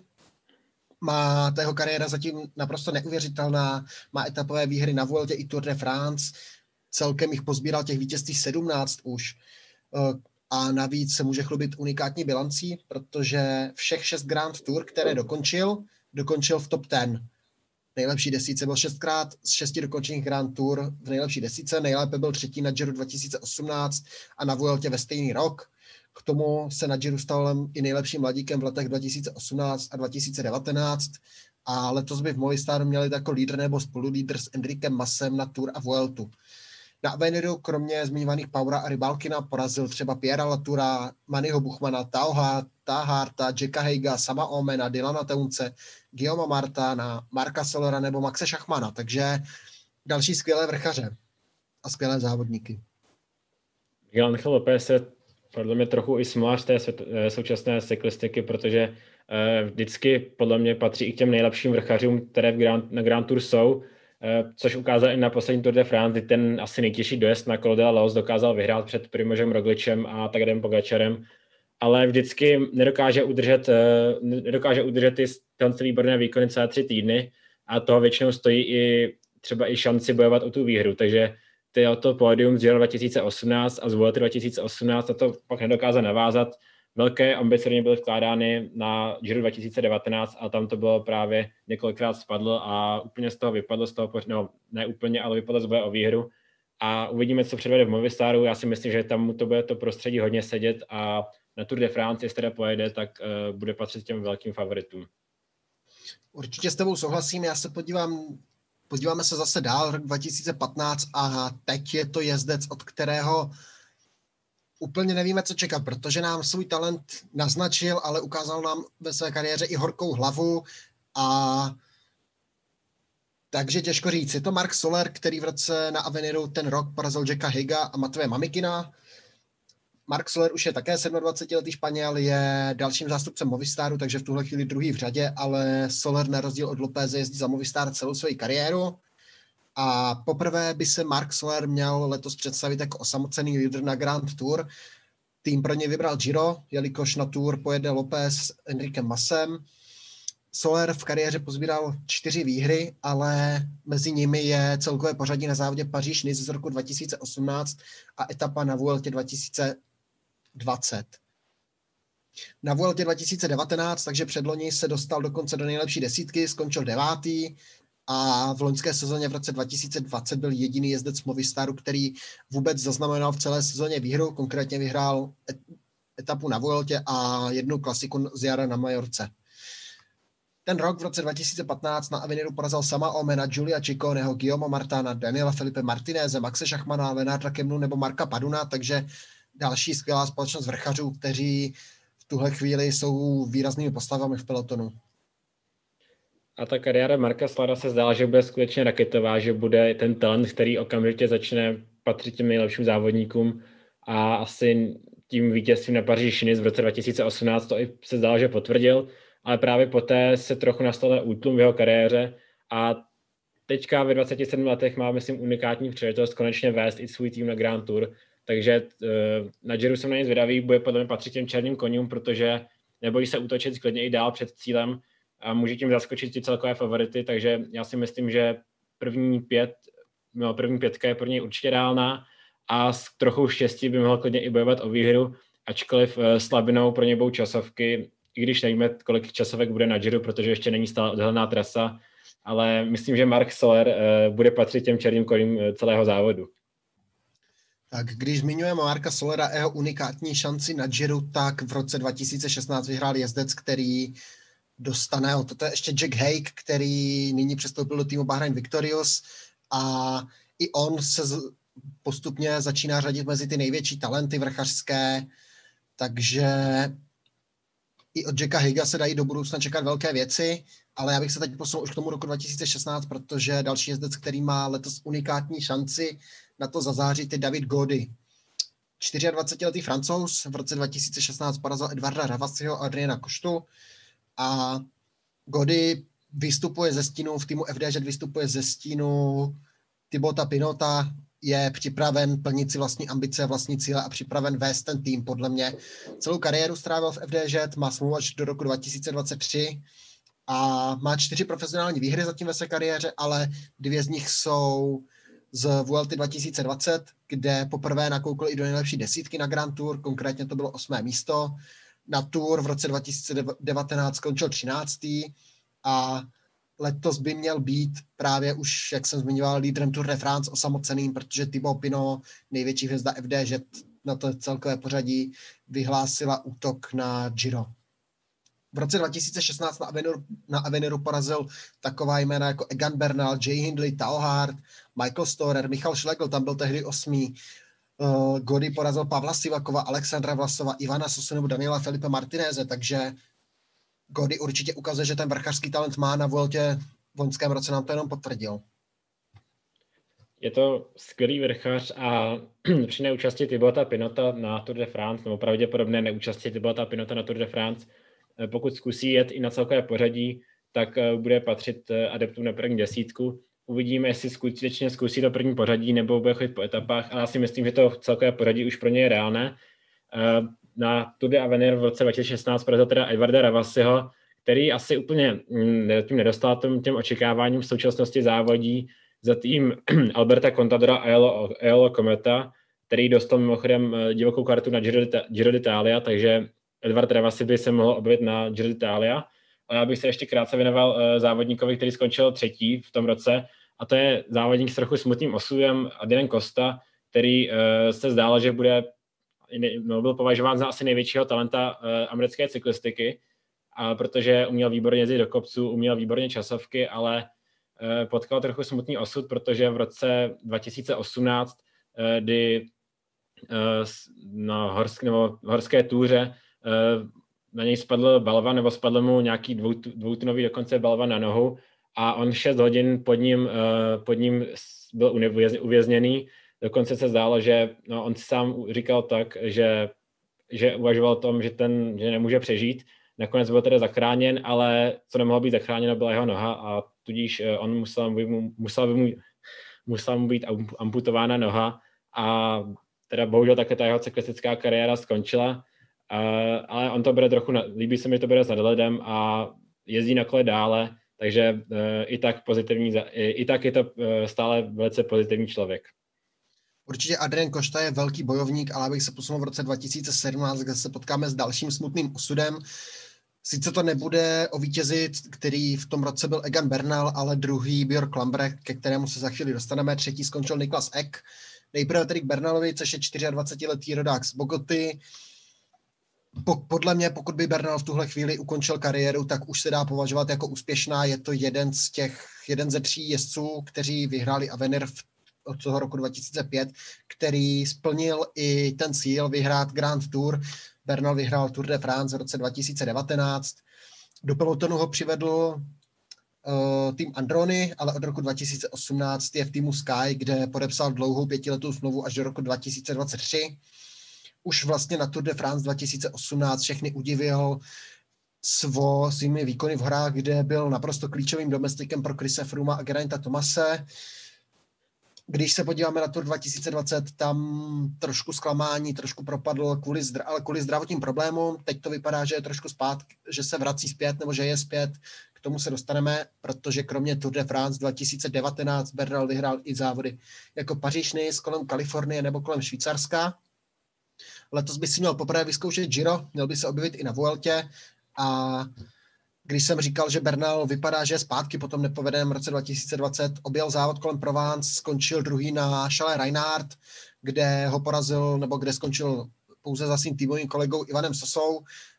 Speaker 1: Má ta jeho kariéra zatím naprosto neuvěřitelná, má etapové výhry na Vueltě i Tour de France, celkem jich pozbíral těch vítězství 17 už. A navíc se může chlubit unikátní bilancí, protože všech 6 Grand Tour, které dokončil v top 10. Nejlepší desíce byl 6krát z 6 dokončených Grand Tour v nejlepší desíce, nejlépe byl třetí na Giro 2018 a na Vueltě ve stejný rok. K tomu se na Giro stal i nejlepším mladíkem v letech 2018 a 2019 a letos by v Movistaru měli jako lídr nebo spolulídr s Enriquem Masem na Tour a Vueltu. Na Avenuru kromě zmiňovaných Paura a Rybalkina porazil třeba Piera Latoura, Mannyho Buchmana, Taha Harta, Jacka Haiga, Sama Omena, Dylana Teunce, Guillauma Martina, Marka Sollera nebo Maxe Schachmana. Takže další skvělé vrchaře a skvělé závodníky.
Speaker 2: Miguel Ángel López je podle mě trochu i smolář té současné cyklistiky, protože vždycky podle mě patří i k těm nejlepším vrchařům, které na Grand Tour jsou, což ukázal i na poslední Tour de France, kdy ten asi nejtěžší dojezd na Col de la Loze dokázal vyhrát před Primožem Roglicem a Tadejem Pogačarem, ale vždycky nedokáže udržet ty výborné výkony celé 3 týdny a toho většinou stojí i třeba i šanci bojovat o tu výhru, takže to pódium z Giro 2018 a z Vuelty 2018 a to pak nedokázal navázat. Velké ambice byly vkládány na Giro 2019 a tam to bylo právě několikrát spadlo a úplně z toho vypadlo, no ne úplně, ale vypadlo z boje o výhru. A uvidíme, co předvede v Movistaru. Já si myslím, že tam to bude to prostředí hodně sedět a na Tour de France, jestli teda pojede, tak bude patřit těm velkým favoritům.
Speaker 1: Určitě s tebou souhlasím, já se podíváme se zase dál, rok 2015 a teď je to jezdec, od kterého úplně nevíme, co čekat, protože nám svůj talent naznačil, ale ukázal nám ve své kariéře i horkou hlavu a takže těžko říct. Je to Marc Soler, který v roce na Avenuru ten rok porazil Jacka Haiga a Matveje Mamikina. Marc Soler už je také 27letý Španěl, je dalším zástupcem Movistaru, takže v tuhle chvíli druhý v řadě, ale Soler na rozdíl od Lopéze jezdí za Movistar celou svoji kariéru. A poprvé by se Marc Soler měl letos představit jako osamocený lídr na Grand Tour. Tým pro ně vybral Giro, jelikož na Tour pojede López s Enriquem Masem. Soler v kariéře pozbíral 4 výhry, ale mezi nimi je celkové pořadí na závodě Paříž-Nice z roku 2018 a etapa na Vueltě 2020. Na Vueltě 2019, takže předloni se dostal dokonce do nejlepší desítky, skončil 9. a v loňské sezóně v roce 2020 byl jediný jezdec Movistaru, který vůbec zaznamenal v celé sezóně výhru, konkrétně vyhrál etapu na Vueltě a 1 klasiku z jara na Majorce. Ten rok v roce 2015 na Avenuru porazil Sama Omena, Giulia Cicconeho, Guillauma Martina, Daniela Felipe Martineze, Maxe Schachmana, Lennarta Kemnu nebo Marka Paduna, takže další skvělá společnost vrchařů, kteří v tuhle chvíli jsou výraznými postavami v pelotonu.
Speaker 2: A ta kariéra Marka Solera se zdála, že bude skutečně raketová, že bude ten talent, který okamžitě začne patřit těm nejlepším závodníkům a asi tím vítězstvím na Paříž-Nice v roce 2018 to i se zdálo, že potvrdil, ale právě poté se trochu nastal útlum v jeho kariéře a teďka ve 27 letech má, myslím, unikátní příležitost konečně vést i svůj tým na Grand Tour, takže na Giro jsem na ně zvědavý, bude podle mě patřit těm černým koním, protože nebojí se útočit klidně i dál před cílem a může tím zaskočit ty celkové favority, takže já si myslím, že první pětka je pro něj určitě reálná a s trochou štěstí by mohl klidně i bojovat o výhru, ačkoliv slabinou pro ně budou časovky, i když nevíme, kolik časovek bude na Giro, protože ještě není stále odhalená trasa, ale myslím, že Marc Soler bude patřit těm černým koním celého závodu.
Speaker 1: Tak když zmiňujeme Marca Solera a jeho unikátní šanci na Giro, tak v roce 2016 vyhrál jezdec, který dostane. Toto je ještě Jack Haig, který nyní přestoupil do týmu Bahrain Victorious a i on se postupně začíná řadit mezi ty největší talenty vrchařské, takže i od Jacka Haiga se dají do budoucna čekat velké věci, ale já bych se teď posunul už k tomu roku 2016, protože další jezdec, který má letos unikátní šanci na to zazářit, je David Gaudy. 24-letý Francouz v roce 2016 porazil Edvarda Ravassiho a Adriana Koštu a Gaudy vystupuje ze stínu, v týmu FDŽ vystupuje ze stínu Thibauta Pinota, je připraven plnit si vlastní ambice, vlastní cíle a připraven vést ten tým, podle mě. Celou kariéru strávil v FDŽ, má smlouvu až do roku 2023 a má 4 profesionální výhry zatím ve své kariéře, ale 2 z nich jsou z Vuelty 2020, kde poprvé nakoukl i do nejlepší desítky na Grand Tour, konkrétně to bylo 8. místo. Na Tour v roce 2019 skončil 13. a letos by měl být právě už, jak jsem zmiňoval, lídrem Tour de France osamoceným, protože Thibaut Pinot, největší hvězda FDŽ, na to celkové pořadí vyhlásila útok na Giro. V roce 2016 na Avenuru porazil taková jména jako Egan Bernal, Jay Hindley, Tao Hart, Michael Storer, Michal Schlegel, tam byl tehdy 8. Gaudy porazil Pavla Sivakova, Alexandra Vlasova, Ivana Sosu nebo Daniela Felipe Martineze, takže Gaudy určitě ukazuje, že ten vrchařský talent má, na Vueltě v loňském roce nám to jenom potvrdil.
Speaker 2: Je to skvělý vrchař a při neúčasti Thibauta Pinota na Tour de France, nebo pravděpodobné neúčasti Thibauta Pinota na Tour de France, pokud zkusí jet i na celkové pořadí, tak bude patřit adeptům na první desítku. Uvidíme, jestli skutečně zkusí to první pořadí, nebo bude chodit po etapách, ale já si myslím, že to celkové pořadí už pro ně je reálné. Na Tour de Avenir v roce 2016 porazil teda Edvarda Ravassiho, který asi úplně tím nedostal těm očekáváním v současnosti závodí za tým Alberta Contadora a Eolo Cometa, který dostal mimochodem divokou kartu na Giro d'Italia, takže Edvard Ravasi by se mohl objevit na Giro d'Italia. A já bych se ještě krátce věnoval závodníkovi, který skončil 3. v tom roce, a to je závodník s trochu smutným osudem Adrian Costa, který se zdálo, že byl považován za asi největšího talenta americké cyklistiky, protože uměl výborně jezdit do kopců, uměl výborně časovky, ale potkal trochu smutný osud, protože v roce 2018, kdy na horské túře na něj spadl balvan, nebo spadl mu nějaký dvoutunový dokonce balvan na nohu a on 6 hodin pod ním byl uvězněný. Dokonce se zdálo, že on si sám říkal tak, že uvažoval o tom, že nemůže přežít. Nakonec byl teda zachráněn, ale co nemohlo být zachráněno, byla jeho noha a tudíž on musela mu být amputována noha a teda bohužel také ta jeho cyklistická kariéra skončila, ale on to bere trochu, líbí se mi, to bere s nadhledem a jezdí na kole dále, takže i tak je to stále velice pozitivní člověk.
Speaker 1: Určitě Adrian Costa je velký bojovník, ale abych se posunul v roce 2017, kde se potkáme s dalším smutným osudem. Sice to nebude o vítězi, který v tom roce byl Egan Bernal, ale druhý Björk Lambrecht, ke kterému se za chvíli dostaneme. 3. skončil Niklas Ek. Nejprve tedy k Bernalovi, což je 24-letý rodák z Bogoty. Podle mě, pokud by Bernal v tuhle chvíli ukončil kariéru, tak už se dá považovat jako úspěšná. Je to jeden ze 3 jezdců, kteří vyhráli Avenir od toho roku 2005, který splnil i ten cíl vyhrát Grand Tour. Bernal vyhrál Tour de France v roce 2019. Do pelotonu ho přivedl tým Androni, ale od roku 2018 je v týmu Sky, kde podepsal dlouhou 5letou smlouvu až do roku 2023. Už vlastně na Tour de France 2018 všechny udivil svými výkony v horách, kde byl naprosto klíčovým domestikem pro Chrise Frooma a Gerainta Thomase. Když se podíváme na Tour 2020, tam trošku zklamání, trošku propadl kvůli zdravotním problémům. Teď to vypadá, že je trošku zpátky, že se vrací zpět, nebo že je zpět. K tomu se dostaneme, protože kromě Tour de France 2019 Bernal vyhrál i závody jako Paříž-Nice, kolem Kalifornie nebo kolem Švýcarska. Letos by si měl poprvé vyzkoušet Giro, měl by se objevit i na Vueltě a když jsem říkal, že Bernal vypadá, že je zpátky po tom nepovedeném roce 2020, objel závod kolem Provence, skončil druhý na Chalet Reinhardt, kde ho porazil, nebo kde skončil pouze za svým týmovým kolegou Ivanem Sosou.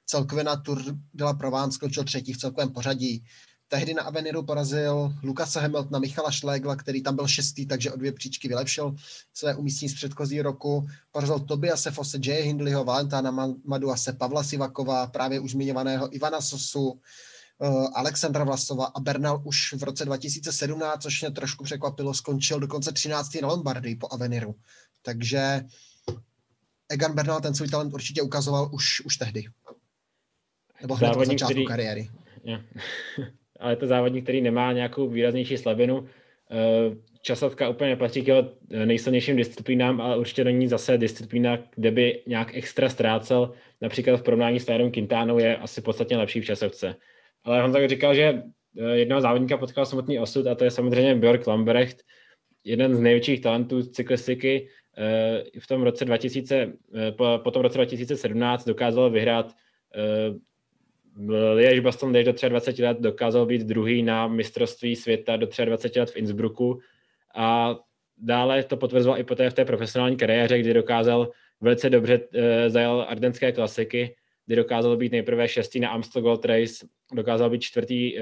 Speaker 1: Celkově na Tour de la Provence skončil 3. v celkovém pořadí. Tehdy na Aveniru porazil Lukase Hamiltona, Michala Schlegla, který tam byl 6., takže o 2 příčky vylepšil své umístění z předchozí roku. Porazil Tobiase Fosse, Jay Hindleyho, Valentina Maduase, Pavla Sivakova, právě už zmiňovaného Ivana Sosu, Alexandra Vlasova a Bernal už v roce 2017, což mě trošku překvapilo, skončil dokonce 13. na Lombardii po Aveniru. Takže Egan Bernal ten svůj talent určitě ukazoval už tehdy. Nebo hned od začátku kariéry.
Speaker 2: Ale je to závodník, který nemá nějakou výraznější slabinu. Časovka úplně nepatří k jeho nejsilnějším disciplínám, ale určitě není zase disciplína, kde by nějak extra ztrácel. Například v porovnání s Nairem Quintanou je asi podstatně lepší v časovce. Ale on tak říkal, že jednoho závodníka potkal smutný osud a to je samozřejmě Björk Lambrecht, jeden z největších talentů cyklistiky. V tom roce 2000, po tom roce 2017 dokázal vyhrát Liège-Bastogne-Liège do 23 let, dokázal být druhý na mistrovství světa do 23 let v Innsbrucku a dále to potvrzoval i poté v té profesionální kariéře, kdy dokázal velice dobře zajel ardenské klasiky, kdy dokázal být nejprve 6. na Amstel Gold Race, dokázal být 4.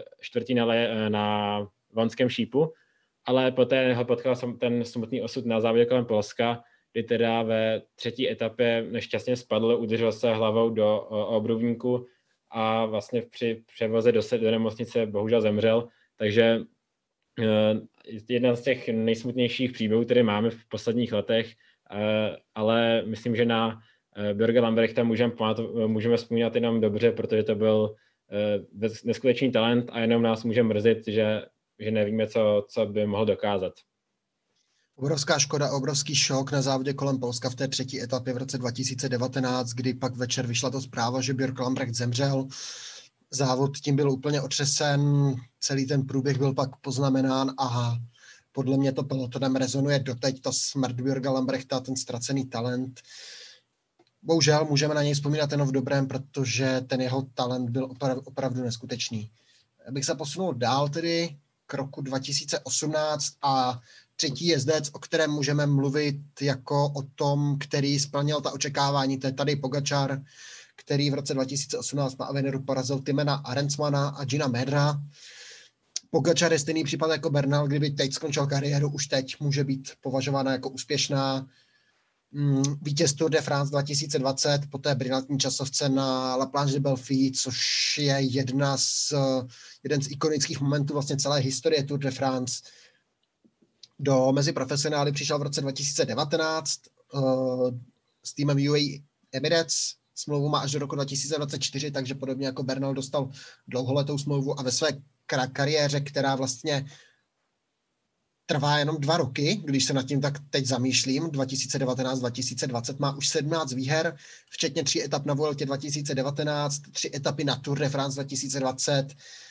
Speaker 2: na Vanském šípu, ale poté ho potkal ten smutný osud na závodě kolem Polska, kdy teda ve 3. etapě nešťastně spadl, udržel se hlavou do obrubníku a vlastně při převoze do nemocnice bohužel zemřel. Takže jedna z těch nejsmutnějších příběhů, které máme v posledních letech, ale myslím, že na Björka Lambrechta můžeme vzpomínat jenom dobře, protože to byl neskutečný talent a jenom nás může mrzit, že nevíme, co by mohl dokázat.
Speaker 1: Obrovská škoda, obrovský šok na závodě kolem Polska v té 3. etapě v roce 2019, kdy pak večer vyšla to zpráva, že Björk Lambrecht zemřel. Závod tím byl úplně otřesen, celý ten průběh byl pak poznamenán a podle mě to pelotonem rezonuje doteď, ta smrt Björka Lambrechta, ten ztracený talent. Bohužel můžeme na něj vzpomínat jenom v dobrém, protože ten jeho talent byl opravdu neskutečný. Abych se posunul dál tedy k roku 2018 a 3. jezdec, o kterém můžeme mluvit jako o tom, který splnil ta očekávání, to je Tadej Pogačar, který v roce 2018 na Aveniru porazil Timena Arensmana a Gina Medra. Pogačar je stejný případ jako Bernal, kdyby teď skončil kariéru, už teď může být považována jako úspěšná. Vítěz Tour de France 2020, poté brilantní časovce na La Planche de Belfi, což je jeden z ikonických momentů vlastně celé historie Tour de France. Mezi profesionály přišel v roce 2019 s týmem UAE Emirates. Smlouvu má až do roku 2024, takže podobně jako Bernal dostal dlouholetou smlouvu a ve své kariéře, která vlastně trvá jenom 2 roky, když se nad tím tak teď zamýšlím, 2019-2020 má už 17 výher, včetně 3 etap na Vueltě 2019, 3 etapy na Tour de France 2020.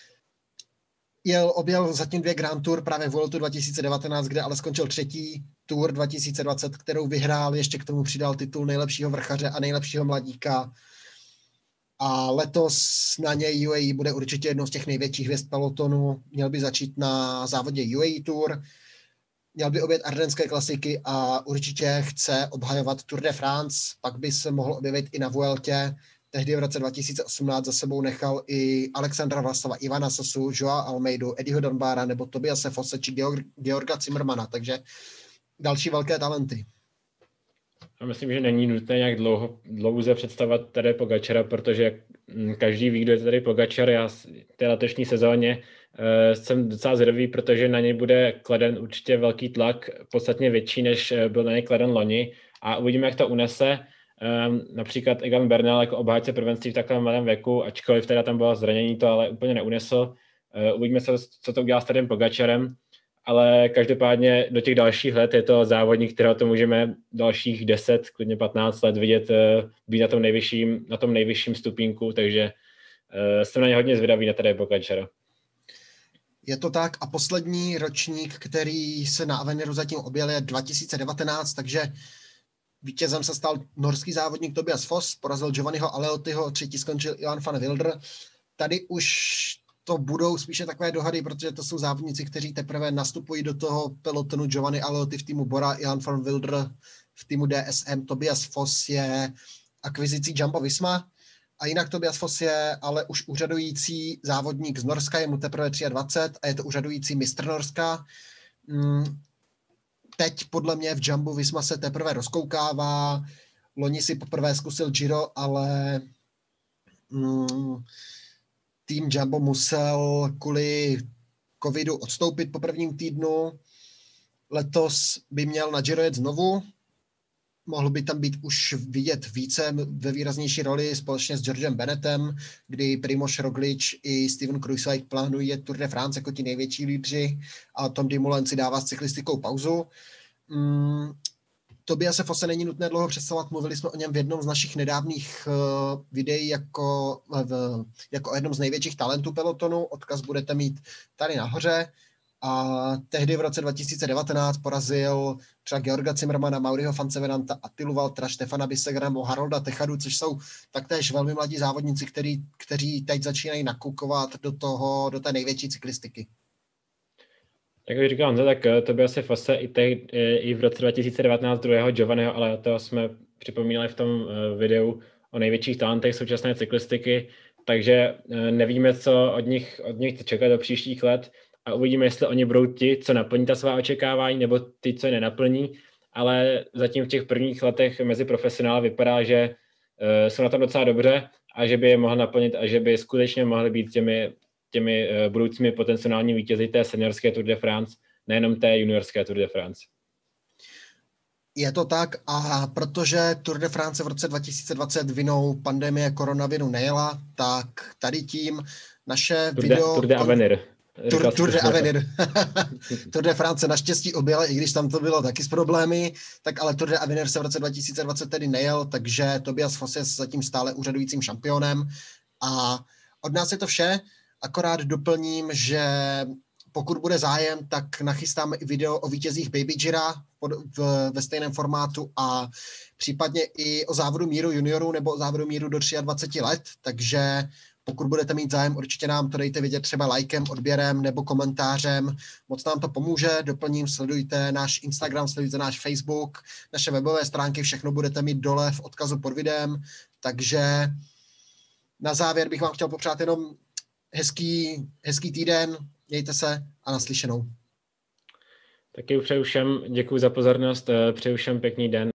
Speaker 1: Objel zatím 2 Grand Tour, právě Vueltu 2019, kde ale skončil 3. Tour 2020, kterou vyhrál, ještě k tomu přidal titul nejlepšího vrchaře a nejlepšího mladíka. A letos na něj UAE bude určitě jednou z těch největších hvězd pelotonu. Měl by začít na závodě UAE Tour, měl by objet ardenské klasiky a určitě chce obhajovat Tour de France, pak by se mohl objevit i na Vueltě. Tehdy v roce 2018 za sebou nechal i Alexandra Vlasova, Ivana Sosu, Joa Almeidu, Eddieho Dunbara nebo Tobiase Fosse či Georga Zimmermana, takže další velké talenty.
Speaker 2: A myslím, že není nutné nějak dlouze představovat tady Pogačara, protože každý ví, kdo je tady Pogačar. Já v té letošní sezóně jsem docela zvědavý, protože na něj bude kladen určitě velký tlak, podstatně větší, než byl na něj kladen loni a uvidíme, jak to unese. Například Egan Bernal jako obhájce prvenství v takovém mladém věku, ačkoliv teda tam bylo zranění, to ale úplně neunesl. Uvidíme, co to udělá s Tadem Pogačarem, ale každopádně do těch dalších let je to závodník, kterého to můžeme dalších 10, klidně 15 let vidět být na tom nejvyšším stupínku, takže jsem na ně hodně zvědavý na Tadeje Pogačara.
Speaker 1: Je to tak a poslední ročník, který se na Aveniru zatím objel, je 2019, takže vítězem se stal norský závodník Tobias Foss, porazil Giovanniho Aleotiho, 3. skončil Ilan van Wilder. Tady už to budou spíše takové dohady, protože to jsou závodníci, kteří teprve nastupují do toho pelotonu. Giovanni Aleotti v týmu Bora, Ilan van Wilder v týmu DSM, Tobias Foss je akvizicí Jumbo Visma A jinak Tobias Foss je ale už úřadující závodník z Norska, je mu teprve 23 a je to úřadující mistr Norska. Teď podle mě v Jumbo Visma se teprve rozkoukává. Loni si poprvé zkusil Giro, ale tým Jumbo musel kvůli covidu odstoupit po prvním týdnu. Letos by měl na Giro jet znovu. Mohl by tam být už vidět více ve výraznější roli společně s Georgem Bennettem, kdy Primož Roglič i Steven Kruijswijk plánují jet Tour de France jako ti největší lídři a Tom Dumoulin si dává s cyklistikou pauzu. Tobiase Fosse není nutné dlouho představovat, mluvili jsme o něm v jednom z našich nedávných videí jako o jednom z největších talentů pelotonu, odkaz budete mít tady nahoře. A tehdy v roce 2019 porazil třeba Georga Zimmermana, Mauriho van Sevenanta, Attilu Valtera, Štefana Bissegera nebo Harolda Techadu, což jsou taktéž velmi mladí závodníci, kteří teď začínají nakukovat do té největší cyklistiky.
Speaker 2: Jak už říkal Honza, tak Tobiase Fosse i v roce 2019 druhého Giovanniho, ale to jsme připomínali v tom videu o největších talentech současné cyklistiky, takže nevíme, co od nich čekat do příštích let a uvidíme, jestli oni budou ti, co naplní ta svá očekávání, nebo ty, co je nenaplní, ale zatím v těch prvních letech mezi profesionály vypadá, že jsou na tom docela dobře a že by je mohl naplnit a že by skutečně mohli být těmi budoucími potenciální vítězi té seniorské Tour de France, nejenom té juniorské Tour de France.
Speaker 1: Je to tak a protože Tour de France v roce 2020 vinou pandemie koronaviru nejela, tak tady tím naše video...
Speaker 2: Tour de Avenir.
Speaker 1: Tour de Avenir. Tour de France naštěstí objela, i když tam to bylo taky s problémy, tak ale Tour de Avenir se v roce 2020 tedy nejel, takže Tobias Foss je zatím stále úřadujícím šampionem a od nás je to vše. Akorát doplním, že pokud bude zájem, tak nachystáme i video o vítězích Baby Gira ve stejném formátu a případně i o závodu míru juniorů nebo o závodu míru do 23 let, takže pokud budete mít zájem, určitě nám to dejte vidět třeba lajkem, odběrem nebo komentářem. Moc nám to pomůže. Doplním, sledujte náš Instagram, sledujte náš Facebook, naše webové stránky, všechno budete mít dole v odkazu pod videem. Takže na závěr bych vám chtěl popřát jenom hezký týden, mějte se a naslyšenou.
Speaker 2: Taky přeju všem, děkuji za pozornost, přeju všem pěkný den.